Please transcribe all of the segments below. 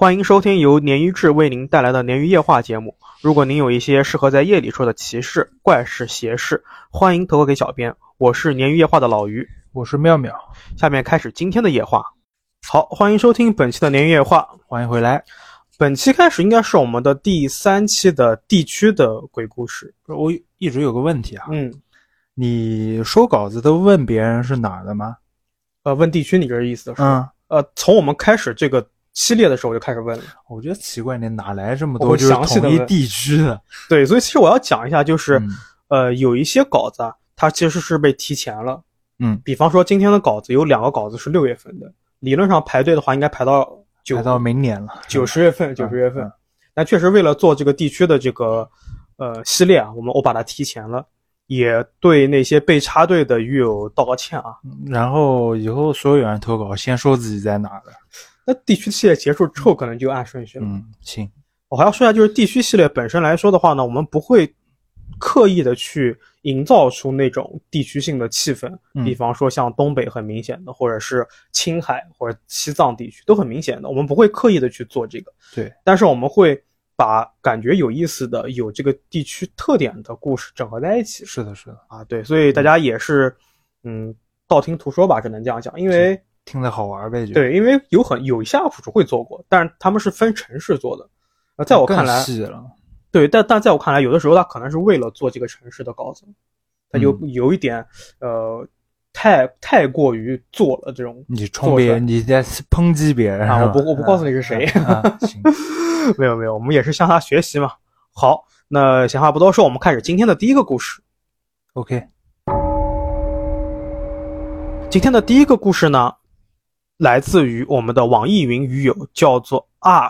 欢迎收听由鲶鱼志为您带来的鲶鱼夜话节目。如果您有一些适合在夜里说的奇事、怪事、邪事，欢迎投稿给小编。我是鲶鱼夜话的老鱼， 我是妙妙。 下面开始今天的夜话。好，欢迎收听本期的鲶鱼夜话， 欢迎回来。 本期开始应该是我们的第3期的地区的鬼故事。 我一直有个问题啊， 你收稿子都问别人是哪儿的吗？ 问地区，你这意思是吧？从我们开始这个系列的时候我就开始问了。 我觉得奇怪，你哪来这么多就是统一地区的？ 对，所以其实我要讲一下，就是有一些稿子啊，它其实是被提前了。比方说今天的稿子有2个稿子是6月份的，理论上排队的话应该排到明年了 ，90月份，90月份。但确实为了做这个地区的这个系列啊，我把它提前了，也对那些被插队的鱼友道个歉啊。 然后以后所有人投稿先说自己在哪的。 那地区系列结束之后可能就按顺序了。 行。 我还要说一下，就是地区系列本身来说的话呢，我们不会刻意的去营造出那种地区性的气氛，比方说像东北很明显的，或者是青海或者西藏地区都很明显的，我们不会刻意的去做这个。 对， 但是我们会把感觉有意思的、有这个地区特点的故事整合在一起。 是的，是的啊，对，所以大家也是道听途说吧，只能这样讲，因为听着好玩呗。 对，因为有一些 UP 主会做过，但是他们是分城市做的。在我看来， 更细了。 对，但在我看来，有的时候他可能是为了做这个城市的稿子，他有一点太过于做了这种。 你冲别人，你在抨击别人啊！我不告诉你是谁。 行， 没有，我们也是向他学习嘛。好，那闲话不多说，我们开始今天的第一个故事。 OK， 今天的第一个故事呢，来自于我们的网易云鱼友，叫做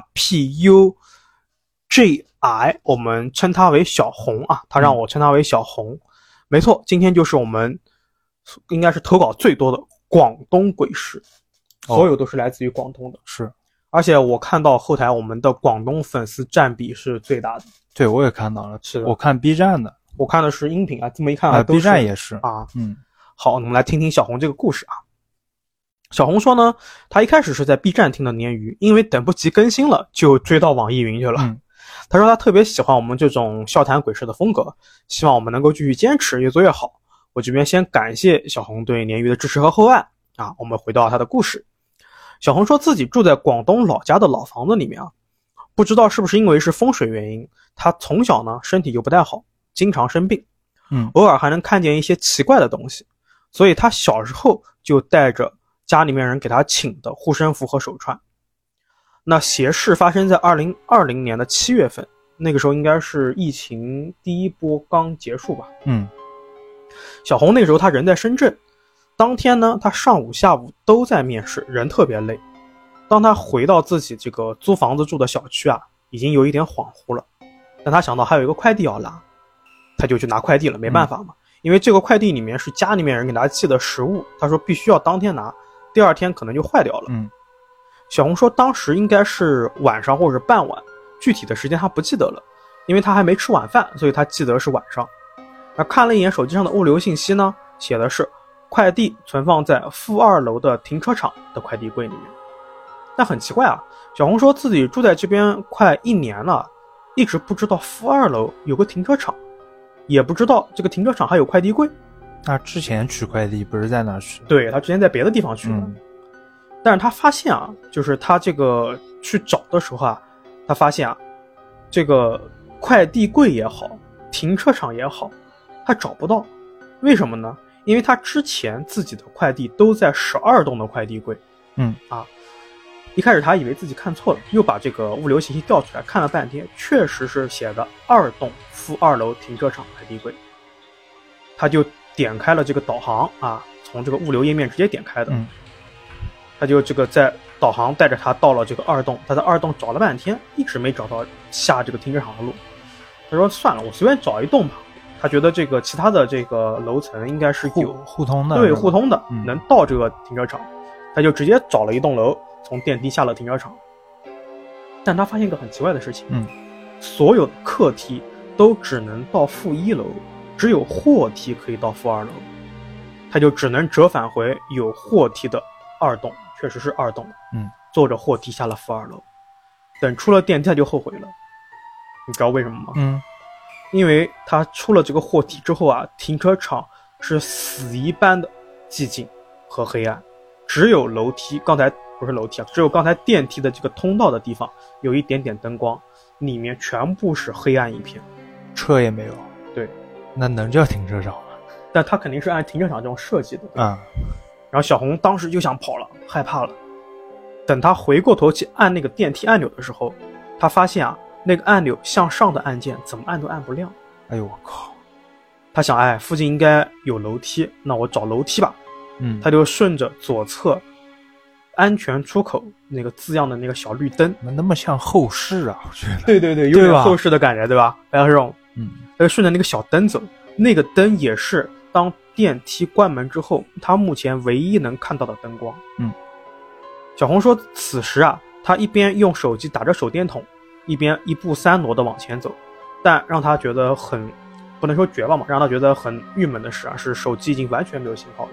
RPUJI， 我们称他为小红啊，他让我称他为小红。没错，今天就是我们应该是投稿最多的广东鬼事，所有都是来自于广东的。 是， 而且我看到后台我们的广东粉丝占比是最大的。 对，我也看到了。 是的， 我看 B 站的， 我看的是音频啊，这么一看 ，B 站也是啊。好，我们来听听小红这个故事啊。小红说呢，他一开始是在 B 站听的鲶鱼，因为等不及更新了，就追到网易云去了。他说他特别喜欢我们这种笑谈鬼事的风格，希望我们能够继续坚持，越做越好。我这边先感谢小红对鲶鱼的支持和厚爱啊。我们回到他的故事。小红说自己住在广东老家的老房子里面啊，不知道是不是因为是风水原因，他从小呢身体就不太好，经常生病，偶尔还能看见一些奇怪的东西，所以他小时候就带着家里面人给他请的护身符和手串。那邪事发生在2020年的7月份，那个时候应该是疫情第一波刚结束吧。小红那时候他人在深圳，当天呢他上午下午都在面试，人特别累。当他回到自己这个租房子住的小区啊，已经有一点恍惚了，但他想到还有一个快递要拿，他就去拿快递了，没办法嘛，因为这个快递里面是家里面人给他寄的食物，他说必须要当天拿，第2天可能就坏掉了。小红说当时应该是晚上或者傍晚，具体的时间他不记得了，因为他还没吃晚饭，所以他记得是晚上。那看了一眼手机上的物流信息呢，写的是快递存放在负2楼的停车场的快递柜里面。但很奇怪啊，小红说自己住在这边快1年了，一直不知道负2楼有个停车场，也不知道这个停车场还有快递柜。 那之前取快递不是在哪取？ 对，他之前在别的地方取的。但是他发现啊，就是他这个去找的时候啊，他发现啊，这个快递柜也好，停车场也好，他找不到。为什么呢？因为他之前自己的快递都在12栋的快递柜。一开始他以为自己看错了，又把这个物流信息调出来看了半天，确实是写的2栋负2楼停车场快递柜。他就点开了这个导航啊，从这个物流页面直接点开的。他就这个在导航带着他到了这个2栋，他在2栋找了半天，一直没找到下这个停车场的路。他说算了，我随便找一栋吧。他觉得这个其他的这个楼层应该是有互通的， 对，互通的，能到这个停车场。他就直接找了一栋楼，从电梯下了停车场。但他发现一个很奇怪的事情，所有的客梯都只能到负1楼，只有货梯可以到负2楼。他就只能折返回有货梯的2栋，确实是2栋，坐着货梯下了负2楼。 等出了电梯他就后悔了，你知道为什么吗？因为他出了这个货梯之后啊，停车场是死一般的寂静和黑暗，只有楼梯，刚才不是楼梯啊，只有刚才电梯的这个通道的地方有一点点灯光，里面全部是黑暗一片， 车也没有。 对， 那能叫停车场吗？ 但他肯定是按停车场这种设计的。 然后小红当时就想跑了，害怕了。等他回过头去按那个电梯按钮的时候，他发现啊，那个按钮向上的按键怎么按都按不亮。 哎呦我靠！ 他想，附近应该有楼梯，那我找楼梯吧。他就顺着左侧安全出口那个字样的那个小绿灯， 那么像后视啊，我觉得。 对对对，有点后视的感觉，对吧？还有这种，他就顺着那个小灯走，那个灯也是当电梯关门之后，他目前唯一能看到的灯光。小红说，此时啊，他一边用手机打着手电筒，一边一步三挪的往前走，但让他觉得很，不能说绝望嘛，让他觉得很郁闷的是啊，是手机已经完全没有信号了。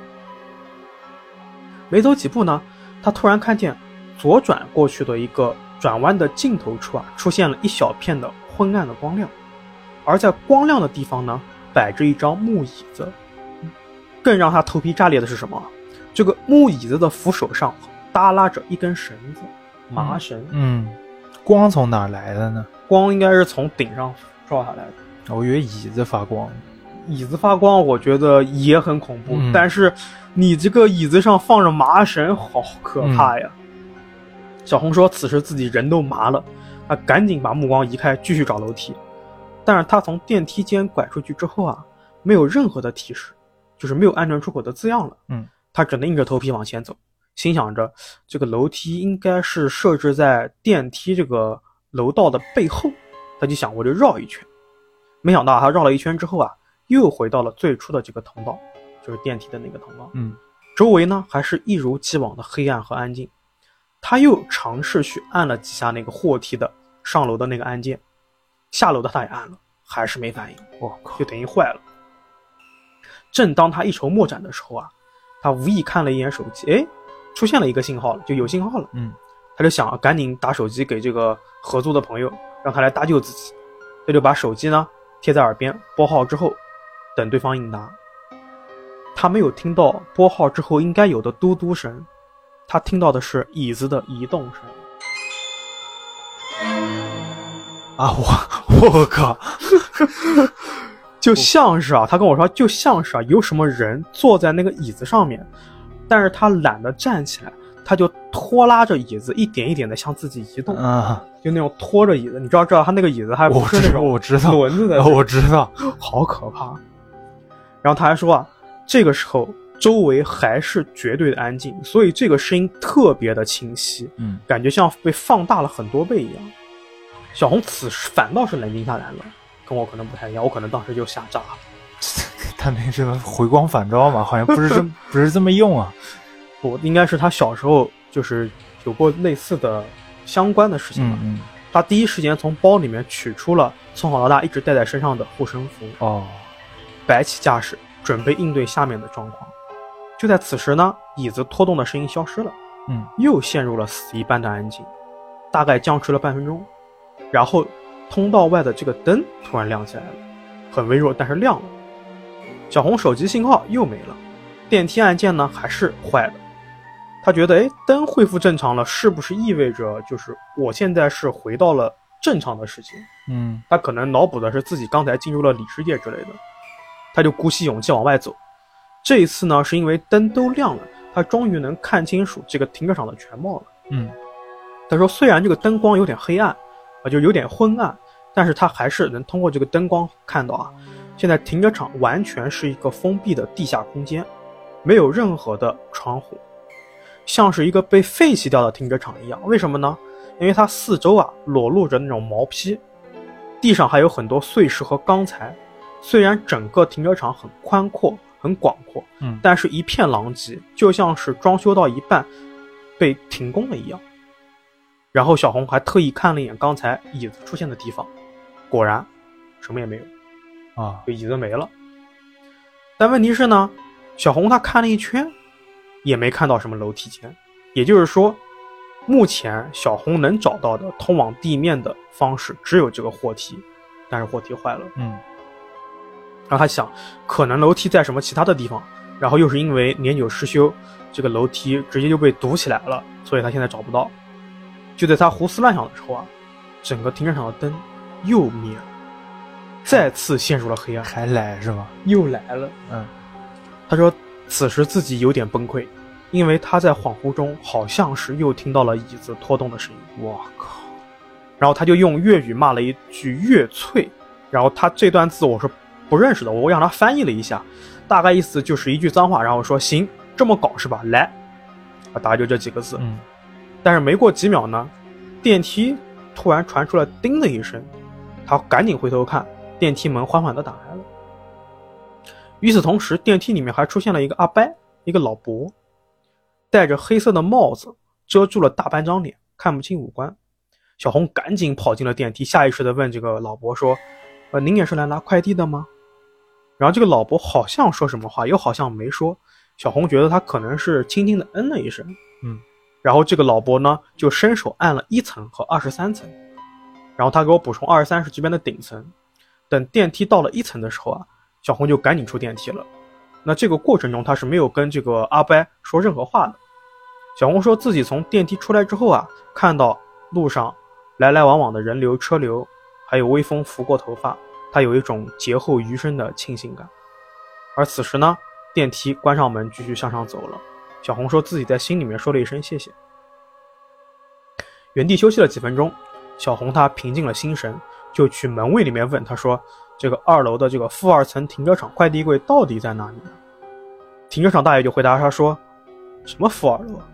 没走几步呢，他突然看见左转过去的一个转弯的尽头处啊，出现了一小片的昏暗的光亮，而在光亮的地方呢，摆着一张木椅子。更让他头皮炸裂的是什么？这个木椅子的扶手上耷拉着一根绳子，麻绳。 光从哪来的呢？ 光应该是从顶上照下来的。 我以为椅子发光。 椅子发光我觉得也很恐怖，但是你这个椅子上放着麻绳，好可怕呀。小红说此时自己人都麻了，他赶紧把目光移开，继续找楼梯。但是他从电梯间拐出去之后啊，没有任何的提示，就是没有安全出口的字样了。他只能硬着头皮往前走，心想着这个楼梯应该是设置在电梯这个楼道的背后，他就想我就绕一圈。没想到他绕了一圈之后啊，又回到了最初的这个通道，就是电梯的那个通道。周围呢还是一如既往的黑暗和安静。他又尝试去按了几下那个货梯的上楼的那个按键，下楼的他也按了，还是没反应。 我靠， 就等于坏了。正当他一筹莫展的时候啊，他无意看了一眼手机，出现了一个信号了，就有信号了。他就想赶紧打手机给这个合租的朋友，让他来搭救自己。他就把手机呢贴在耳边，拨号之后等对方应答。他没有听到拨号之后应该有的嘟嘟声，他听到的是椅子的移动声。 我靠就像是啊，他跟我说就像是啊，有什么人坐在那个椅子上面，但是他懒得站起来，他就拖拉着椅子一点一点的向自己移动。就那种拖着椅子，你知道他那个椅子还不是那种轮子的， 我知道， 好可怕。然后他还说啊，这个时候周围还是绝对的安静，所以这个声音特别的清晰，感觉像被放大了很多倍一样。小红此时反倒是冷静下来了，跟我可能不太一样，我可能当时就吓炸了。 他那是回光返照嘛，好像不是这么用啊。 不，应该是他小时候就是有过类似的相关的事情吧。他第一时间从包里面取出了从小到大一直带在身上的护身符，摆起架势准备应对下面的状况。就在此时呢，椅子拖动的声音消失了，又陷入了死一般的安静，大概僵持了半分钟。然后通道外的这个灯突然亮起来了，很微弱，但是亮了。小红手机信号又没了，电梯按键呢还是坏的。他觉得灯恢复正常了，是不是意味着就是我现在是回到了正常的事情？他可能脑补的是自己刚才进入了里世界之类的。他就鼓起勇气往外走。这一次呢，是因为灯都亮了，他终于能看清楚这个停车场的全貌了。他说虽然这个灯光有点黑暗就有点昏暗，但是他还是能通过这个灯光看到啊，现在停车场完全是一个封闭的地下空间，没有任何的窗户，像是一个被废弃掉的停车场一样。为什么呢？因为它四周啊裸露着那种毛坯，地上还有很多碎石和钢材。虽然整个停车场很宽阔很广阔，但是一片狼藉，就像是装修到一半被停工了一样。然后小红还特意看了一眼刚才椅子出现的地方，果然什么也没有就椅子没了。但问题是呢，小红她看了一圈也没看到什么楼梯间，也就是说目前小红能找到的通往地面的方式只有这个货梯，但是货梯坏了。然后他想，可能楼梯在什么其他的地方，然后又是因为年久失修，这个楼梯直接就被堵起来了，所以他现在找不到。就在他胡思乱想的时候啊，整个停车场的灯又灭了，再次陷入了黑暗。 还来是吗？ 又来了。他说此时自己有点崩溃，因为他在恍惚中好像是又听到了椅子拖动的声音。 我靠！ 然后他就用粤语骂了一句乐脆，然后他这段字我是不认识的，我让他翻译了一下，大概意思就是一句脏话，然后说行，这么搞是吧？来，大概就这几个字。但是没过几秒呢，电梯突然传出了叮的一声，他赶紧回头看，电梯门缓缓地打开了。与此同时，电梯里面还出现了一个阿伯，一个老伯，戴着黑色的帽子，遮住了大半张脸，看不清五官。小红赶紧跑进了电梯，下意识地问这个老伯说：您也是来拿快递的吗？然后这个老伯好像说什么话，又好像没说。小红觉得他可能是轻轻地嗯了一声。然后这个老伯呢，就伸手按了1层和23层，然后他给我补充23是这边的顶层。等电梯到了1层的时候啊，小红就赶紧出电梯了。那这个过程中他是没有跟这个阿伯说任何话的。小红说自己从电梯出来之后啊，看到路上来来往往的人流车流，还有微风拂过头发，他有一种劫后余生的庆幸感。而此时呢，电梯关上门继续向上走了。小红说自己在心里面说了一声谢谢。原地休息了几分钟，小红她平静了心神，就去门卫里面问，他说这个2楼的这个负2层停车场快递柜到底在哪里呢？停车场大爷就回答他说，什么负2楼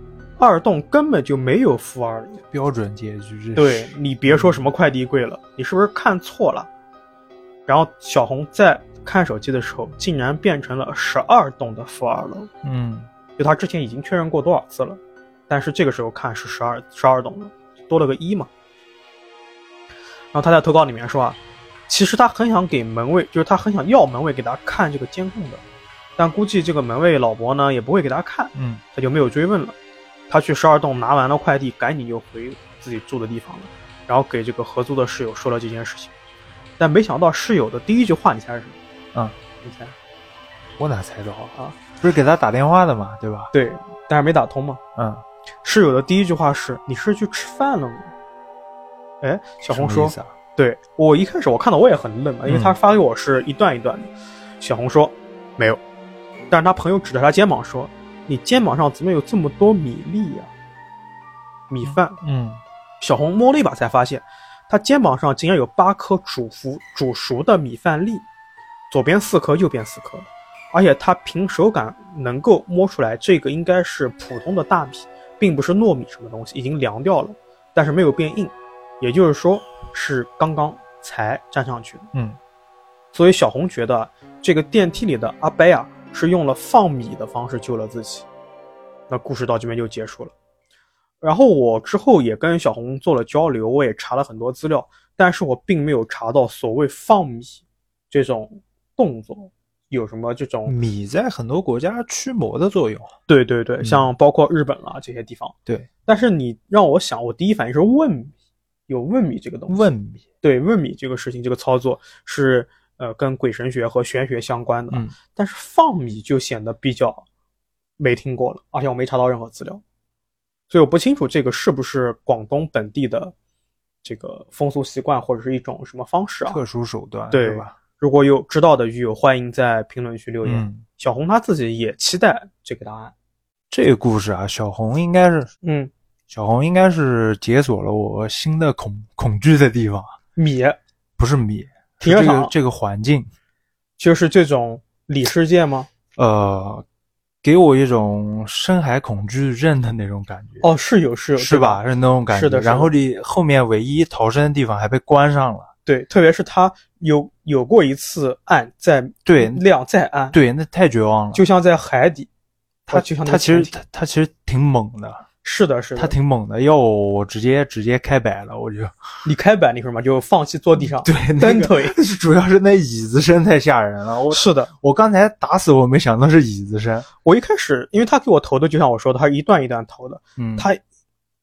，2栋根本就没有负2楼。 标准结局。 对，你别说什么快递柜了，你是不是看错了？然后小红在看手机的时候竟然变成了12栋的负2楼。就他之前已经确认过多少次了，但是这个时候看是12栋了，多了个1嘛。然后他在投稿里面说啊，其实他很想给门卫，就是他很想要门卫给他看这个监控的，但估计这个门卫老伯呢也不会给他看，他就没有追问了。他去12栋拿完了快递，赶紧就回自己住的地方了，然后给这个合租的室友说了这件事情。但没想到室友的第一句话，你猜是什么？你猜？ 我哪猜到啊？不是给他打电话的嘛，对吧？ 对，但是没打通嘛。室友的第一句话是：“你是去吃饭了吗？”哎，小红说：“对，我一开始我看到我也很愣嘛，因为他发给我是一段一段的。小红说：“没有。”但是他朋友指着他肩膀说：“你肩膀上怎么有这么多米粒呀？米饭。”小红摸了一把才发现，他肩膀上竟然有8颗煮熟的米饭粒，左边4颗，右边4颗。而且他凭手感能够摸出来，这个应该是普通的大米，并不是糯米什么东西，已经凉掉了，但是没有变硬，也就是说是刚刚才粘上去的。所以小红觉得这个电梯里的阿伯啊，是用了放米的方式救了自己。那故事到这边就结束了。然后我之后也跟小红做了交流，我也查了很多资料，但是我并没有查到所谓放米这种动作有什么这种。 米在很多国家驱魔的作用。 对对对，像包括日本啦这些地方。 对， 但是你让我想，我第一反应是问米，有问米这个东西。 问米， 对，问米这个事情，这个操作是跟鬼神学和玄学相关的。但是放米就显得比较没听过了，而且我没查到任何资料，所以我不清楚这个是不是广东本地的这个风俗习惯或者是一种什么方式啊， 特殊手段， 对吧？ 如果有知道的鱼友，欢迎在评论区留言。小红他自己也期待这个答案。 这个故事啊，小红应该是解锁了我新的恐惧的地方。 米不是米， 停车场这个环境， 就是这种里世界吗？ 给我一种深海恐惧症的那种感觉。 哦，是有是吧？是那种感觉。 是的。 然后你后面唯一逃生的地方还被关上了。 对，特别是他有过一次按再亮再按， 对，那太绝望了。 就像在海底， 他其实挺猛的。 是的，是的， 他挺猛的。要我直接开摆了，我就。 你开摆那会儿嘛，就放弃坐地上， 对， 蹬腿。 主要是那椅子声太吓人了。 是的， 我刚才打死我没想到是椅子声。 我一开始，因为他给我投的，就像我说的，他是一段一段投的。他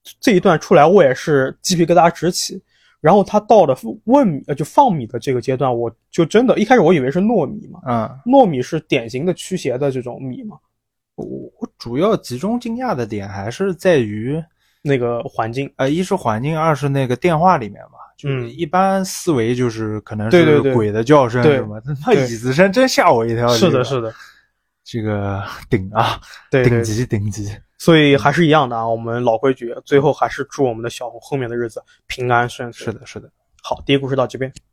这一段出来我也是鸡皮疙瘩直起。然后他到了就放米的这个阶段，我就真的一开始我以为是糯米嘛，糯米是典型的驱邪的这种米嘛。 我主要集中惊讶的点还是在于那个环境， 一是环境，二是那个电话里面嘛，就是一般思维就是可能是鬼的叫声什么，那椅子声真吓我一跳。 是的，是的， 这个顶啊， 对顶级。 所以还是一样的啊，我们老规矩，最后还是祝我们的小红后面的日子平安顺遂。 是的。 好，第一个故事到这边。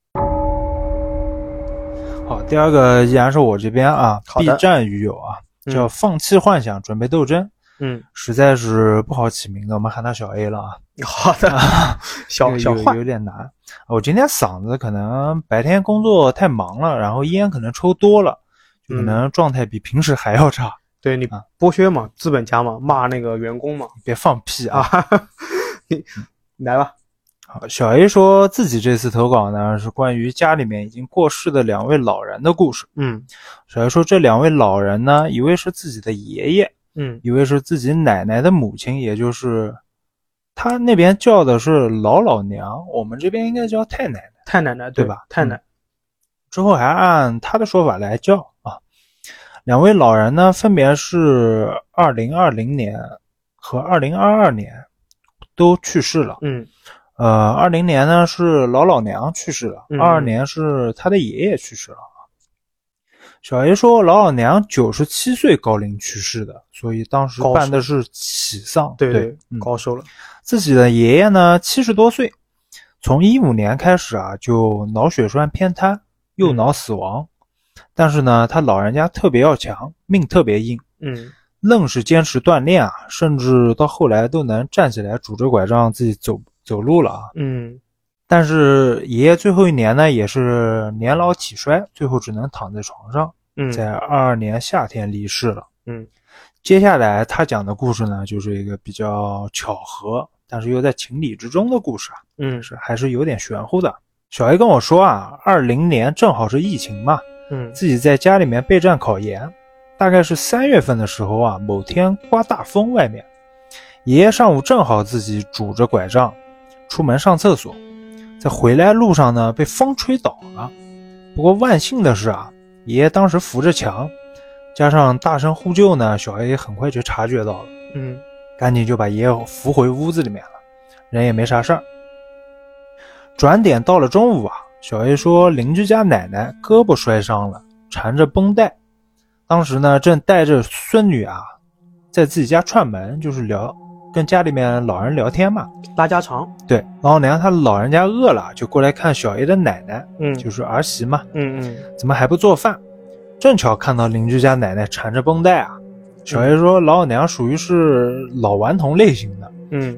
好，第二个依然是我这边啊 ，B 站鱼友啊，叫放弃幻想，准备斗争。实在是不好起名字，我们喊他小 A 了啊。 好的，小幻有点难。我今天嗓子可能白天工作太忙了，然后烟可能抽多了，就可能状态比平时还要差。 对，你剥削嘛，资本家嘛，骂那个员工嘛， 别放屁啊！ 你来吧。 好，小 A 说自己这次投稿呢是关于家里面已经过世的2位老人的故事。小 A 说这2位老人呢，一位是自己的爷爷，一位是自己奶奶的母亲，也就是他那边叫的是老娘，我们这边应该叫太奶奶， 对吧？ 太奶。 之后还按他的说法来叫啊。2位老人呢，分别是2020年和2022年都去世了。20年呢是老娘去世了，22年是他的爷爷去世了。小 A 说老娘97岁高龄去世的，所以当时办的是喜丧。 对，高寿了。 自己的爷爷呢70多岁，从15年开始啊就脑血栓偏瘫，右脑死亡。但是呢，他老人家特别要强，命特别硬，愣是坚持锻炼啊，甚至到后来都能站起来，22拐杖自己走路了啊。但是爷爷最后1年呢，也是年老体衰，最后只能躺在床上，在22年夏天离世了。接下来他讲的故事呢，就是一个比较巧合，但是又在情理之中的故事啊。还是有点玄乎的。小 A 跟我说啊，20年正好是疫情嘛。自己在家里面备战考研，大概是3月份的时候啊，某天刮大风，外面爷爷上午正好自己拄着拐杖出门上厕所，在回来路上呢被风吹倒了。不过万幸的是啊，爷爷当时扶着墙，加上大声呼救呢，小 A 很快就察觉到了，赶紧就把爷爷扶回屋子里面了，人也没啥事儿。转点到了中午啊，小 A 说邻居家奶奶胳膊摔伤了，缠着绷带，当时呢正带着孙女啊在自己家串门，就是跟家里面老人聊天嘛， 拉家常。 对，老娘她老人家饿了，就过来看小 A 的奶奶，就是儿媳嘛，怎么还不做饭？正巧看到邻居家奶奶缠着绷带啊，小 A 说老娘属于是老顽童类型的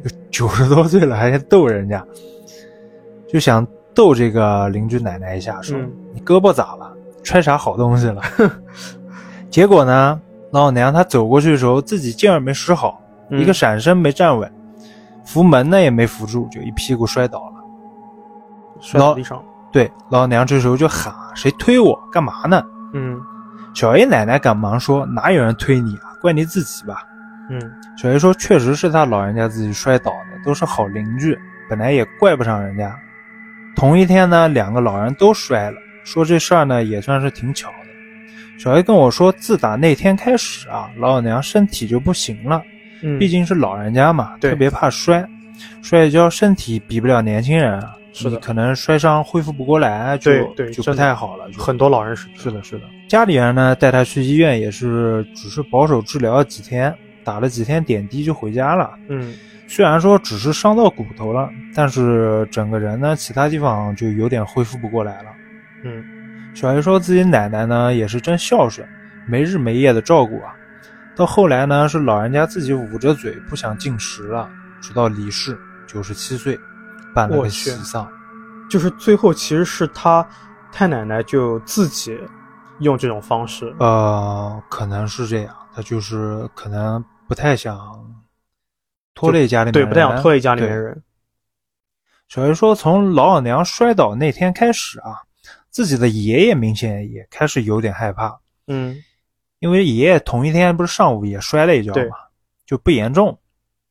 ，90多岁了还逗人家，就想逗这个邻居奶奶一下，说你胳膊咋了？揣啥好东西了？结果呢，老娘她走过去的时候，自己劲儿没使好，一个闪身没站稳，扶门呢也没扶住，就一屁股摔倒了， 摔到地上。 对，老娘这时候就喊：“谁推我？干嘛呢？”小 A 奶奶赶忙说：“哪有人推你啊？怪你自己吧。”小 A 说：“确实是他老人家自己摔倒的，都是好邻居，本来也怪不上人家。”同一天呢，2个老人都摔了，说这事儿呢也算是挺巧的。小 A 跟我说，自打那天开始啊，老娘身体就不行了，毕竟是老人家嘛，特别怕摔一跤，身体比不了年轻人啊， 是的， 可能摔伤恢复不过来，就不太好了。 很多老人是的。家里人呢带他去医院，也是只是保守治疗几天，打了几天点滴就回家了。虽然说只是伤到骨头了，但是整个人呢其他地方就有点恢复不过来了。小 A 说自己奶奶呢也是真孝顺，没日没夜的照顾啊。到后来呢是老人家自己捂着嘴不想进食了，直到离世，97岁，办了个喜丧。 就是最后其实是他太奶奶就自己用这种方式。 可能是这样，他就是可能不太想拖累家里面人， 对，不太想拖累家里面人。 小 A 说从老娘摔倒那天开始啊，自己的爷爷明显也开始有点害怕。因为爷爷同一天不是上午也摔了一跤嘛，就不严重。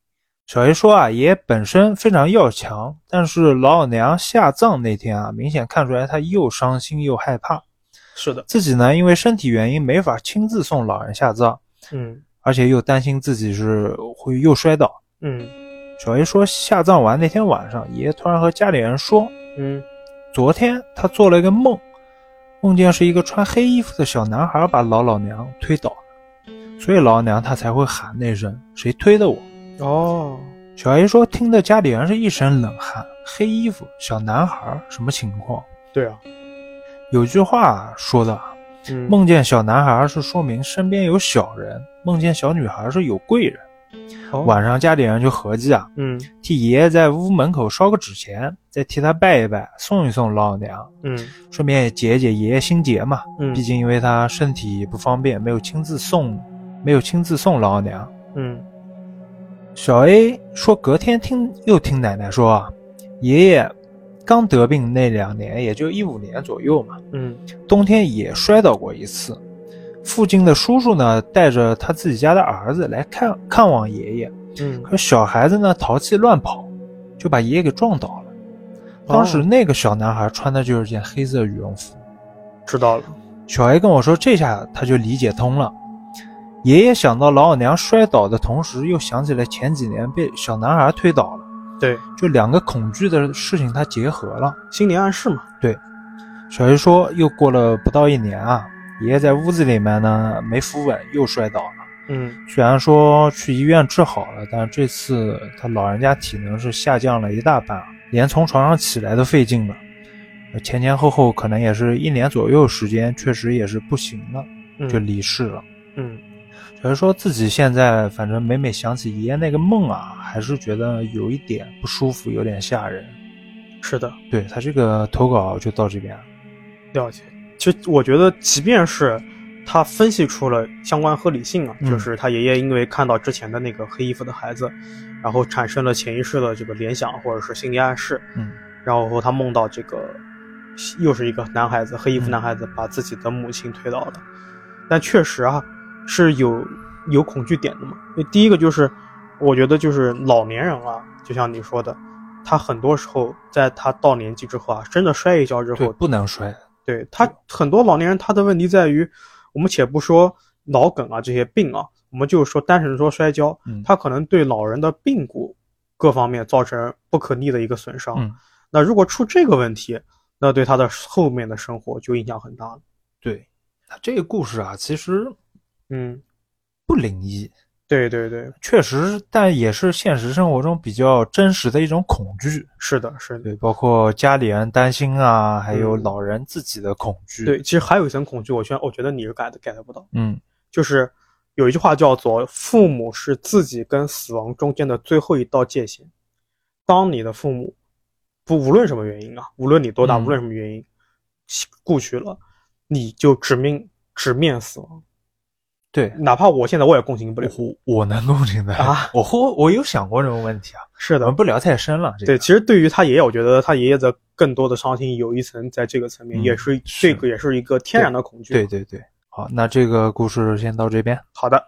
小 A 说啊，爷爷本身非常要强，但是老娘下葬那天啊，明显看出来他又伤心又害怕。 是的， 自己呢因为身体原因没法亲自送老人下葬，而且又担心自己是会又摔倒。小 A 说下葬完那天晚上，爷爷突然和家里人说，昨天他做了一个梦，梦见是一个穿黑衣服的小男孩把老娘推倒了，所以老娘他才会喊那声谁推的我。小 A 说听的家里人是一身冷汗，黑衣服小男孩什么情况？ 对啊， 有句话说的，梦见小男孩是说明身边有小人，梦见小女孩是有贵人。晚上家里人就合计啊，替爷爷在屋门口烧个纸钱，再替他拜一拜，送一送老娘，顺便也解解爷爷心结嘛。毕竟因为他身体不方便，没有亲自送老娘。小 A 说隔天又听奶奶说啊，爷爷刚得病那2年，也就15年左右嘛，冬天也摔倒过一次。附近的叔叔呢带着他自己家的儿子来看望爷爷，可小孩子呢淘气乱跑，就把爷爷给撞倒了。当时那个小男孩穿的就是件黑色羽绒服。 知道了。 小 A 跟我说这下他就理解通了，爷爷想到老娘摔倒的同时，又想起来前几年被小男孩推倒了。 对， 就2个恐惧的事情他结合了， 心理暗示嘛。 对，小 A 说又过了不到1年啊，爷爷在屋子里面呢没扶稳又摔倒了。虽然说去医院治好了，但这次他老人家体能是下降了一大半，连从床上起来都费劲了。前后可能也是1年左右时间，确实也是不行了，就离世了。小 A 说自己现在反正每想起爷爷那个梦啊，还是觉得有一点不舒服，有点吓人。 是的， 对，他这个投稿就到这边了解。其实我觉得即便是他分析出了相关合理性啊，就是他爷爷因为看到之前的那个黑衣服的孩子，然后产生了潜意识的这个联想或者是心理暗示，然后他梦到这个又是一个男孩子，黑衣服男孩子把自己的母亲推倒了。但确实啊是有恐惧点的嘛。第一个就是我觉得就是老年人啊，就像你说的，他很多时候在他到年纪之后啊，真的摔一跤之后不能摔。 对，他很多老年人他的问题在于，我们且不说脑梗啊这些病啊，我们就说单纯说摔跤，他可能对老人的髌骨各方面造成不可逆的一个损伤。那如果出这个问题，那对他的后面的生活就影响很大了。 对，这个故事啊其实不灵异。 对对对， 确实，但也是现实生活中比较真实的一种恐惧。 是的，是的。 对，包括家里人担心啊，还有老人自己的恐惧。 对，其实还有一层恐惧，我觉得你是 get 不到。就是有一句话叫做父母是自己跟死亡中间的最后一道界限。当你的父母无论什么原因啊，无论你多大，无论什么原因故去了，你就直面死亡。 对， 哪怕我现在我也共情不了。 我能共情的啊！我有想过这种问题啊。 是的， 我们不聊太深了。 对，其实对于他爷爷，我觉得他爷爷的更多的伤心有一层在这个层面，也是这个也是一个天然的恐惧。 对对对，好，那这个故事先到这边。 好的。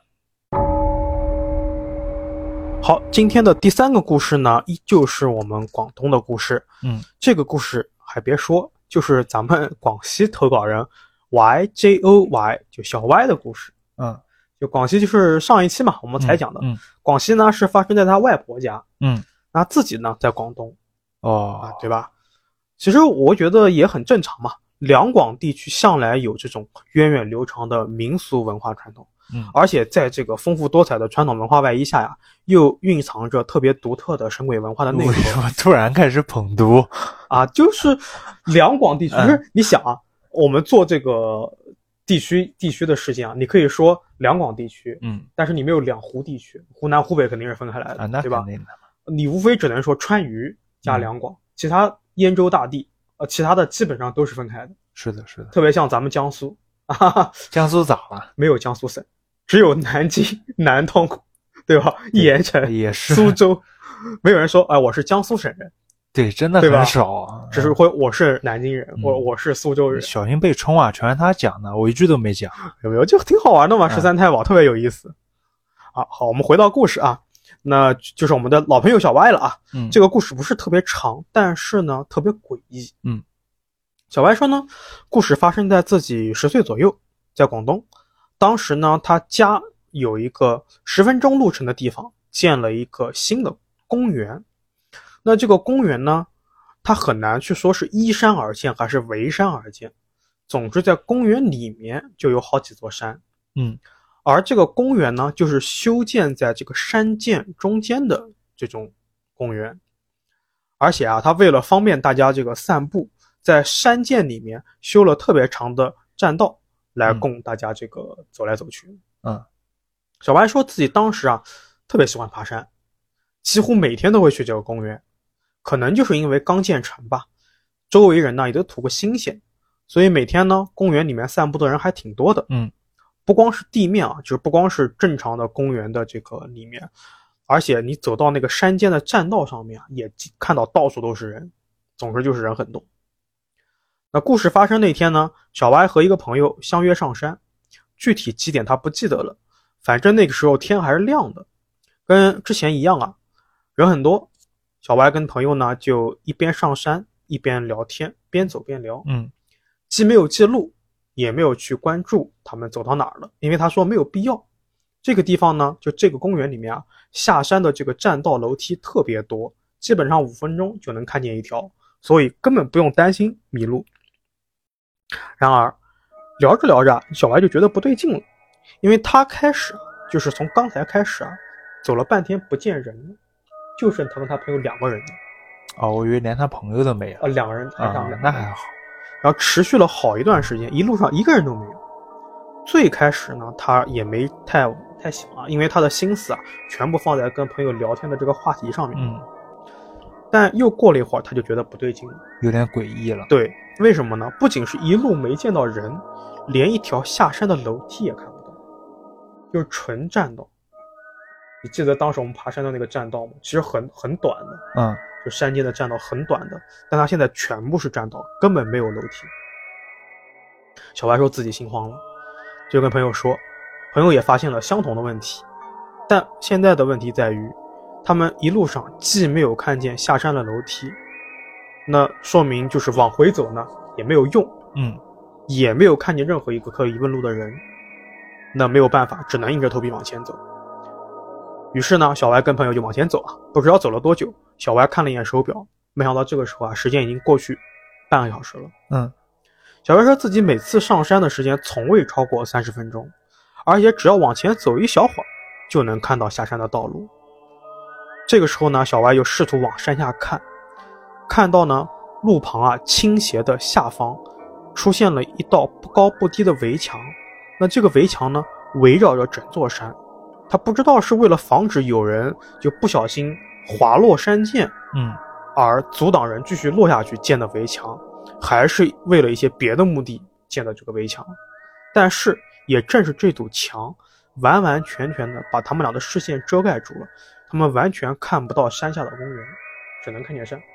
好，今天的第3个故事呢，依旧是我们广东的故事。这个故事还别说，就是咱们广西投稿人 YJOY 就小 Y 的故事。就广西就是上一期嘛，我们才讲的。广西呢是发生在他外婆家。那自己呢在广东。对吧？其实我觉得也很正常嘛。两广地区向来有这种源远流长的民俗文化传统。而且在这个丰富多彩的传统文化外衣下呀，又蕴藏着特别独特的神鬼文化的内容。为什么突然开始捧读啊？就是两广地区，就是你想啊，我们做这个地区的事情啊，你可以说两广地区，但是你没有两湖地区，湖南湖北肯定是分开来的，对吧？你无非只能说川渝加两广，其他燕州大地，其他的基本上都是分开的。 是的，是的。 特别像咱们江苏， 江苏咋了？ 没有江苏省，只有南京、南通，对吧？盐城也是苏州，没有人说我是江苏省人。 对，真的很少啊。 只是会我是南京人，我是苏州人。 小心被冲啊！全是他讲的，我一句都没讲。 有没有？就挺好玩的嘛，13太保特别有意思。好，我们回到故事啊。 那就是我们的老朋友小歪了啊。这个故事不是特别长，但是呢特别诡异。小歪说呢，故事发生在自己10岁左右，在广东。当时呢，他家有一个10分钟路程的地方建了一个新的公园。那这个公园呢，它很难去说是依山而建还是围山而建。总之在公园里面就有好几座山。而这个公园呢，就是修建在这个山涧中间的这种公园。而且啊，它为了方便大家这个散步，在山涧里面修了特别长的栈道来供大家这个走来走去。小白说自己当时啊特别喜欢爬山，几乎每天都会去这个公园。可能就是因为刚建成吧，周围人呢也都图个新鲜，所以每天呢公园里面散步的人还挺多的。不光是地面啊，就是不光是正常的公园的这个里面，而且你走到那个山间的栈道上面也看到到处都是人，总之就是人很多。那故事发生那天呢，小歪和一个朋友相约上山，具体几点他不记得了，反正那个时候天还是亮的，跟之前一样啊，人很多。小歪跟朋友呢就一边上山一边聊天，边走边聊。既没有记录，也没有去关注他们走到哪儿了，因为他说没有必要。这个地方呢，就这个公园里面啊，下山的这个栈道楼梯特别多，基本上5分钟就能看见一条，所以根本不用担心迷路。然而聊着聊着，小白就觉得不对劲了，因为他开始就是从刚才开始啊，走了半天不见人了，就剩他跟他朋友2个人了。 我以为连他朋友都没有。 2个人台上那还好。 然后持续了好一段时间，一路上一个人都没有。最开始呢，他也没太想啊，因为他的心思啊全部放在跟朋友聊天的这个话题上面。但又过了一会儿，他就觉得不对劲了， 有点诡异了。 对，为什么呢？不仅是一路没见到人，连一条下山的楼梯也看不到，就是纯栈道。你记得当时我们爬山的那个栈道吗？其实很短的。就山间的栈道很短的，但它现在全部是栈道，根本没有楼梯。小白说自己心慌了，就跟朋友说，朋友也发现了相同的问题。但现在的问题在于，他们一路上既没有看见下山的楼梯，那说明就是往回走呢也没有用。也没有看见任何一个可以问路的人，那没有办法，只能硬着头皮往前走。于是呢，小歪跟朋友就往前走啊，不知道走了多久。小歪看了一眼手表，没想到这个时候啊，时间已经过去半个小时了。小歪说自己每次上山的时间从未超过30分钟，而且只要往前走一小会儿，就能看到下山的道路。这个时候呢，小歪又试图往山下看，看到呢路旁啊倾斜的下方出现了一道不高不低的围墙。那这个围墙呢围绕着整座山，他不知道是为了防止有人就不小心滑落山涧，而阻挡人继续落下去建的围墙，还是为了一些别的目的建的这个围墙。但是也正是这堵墙完完全全的把他们俩的视线遮盖住了，他们完全看不到山下的公园，只能看见山。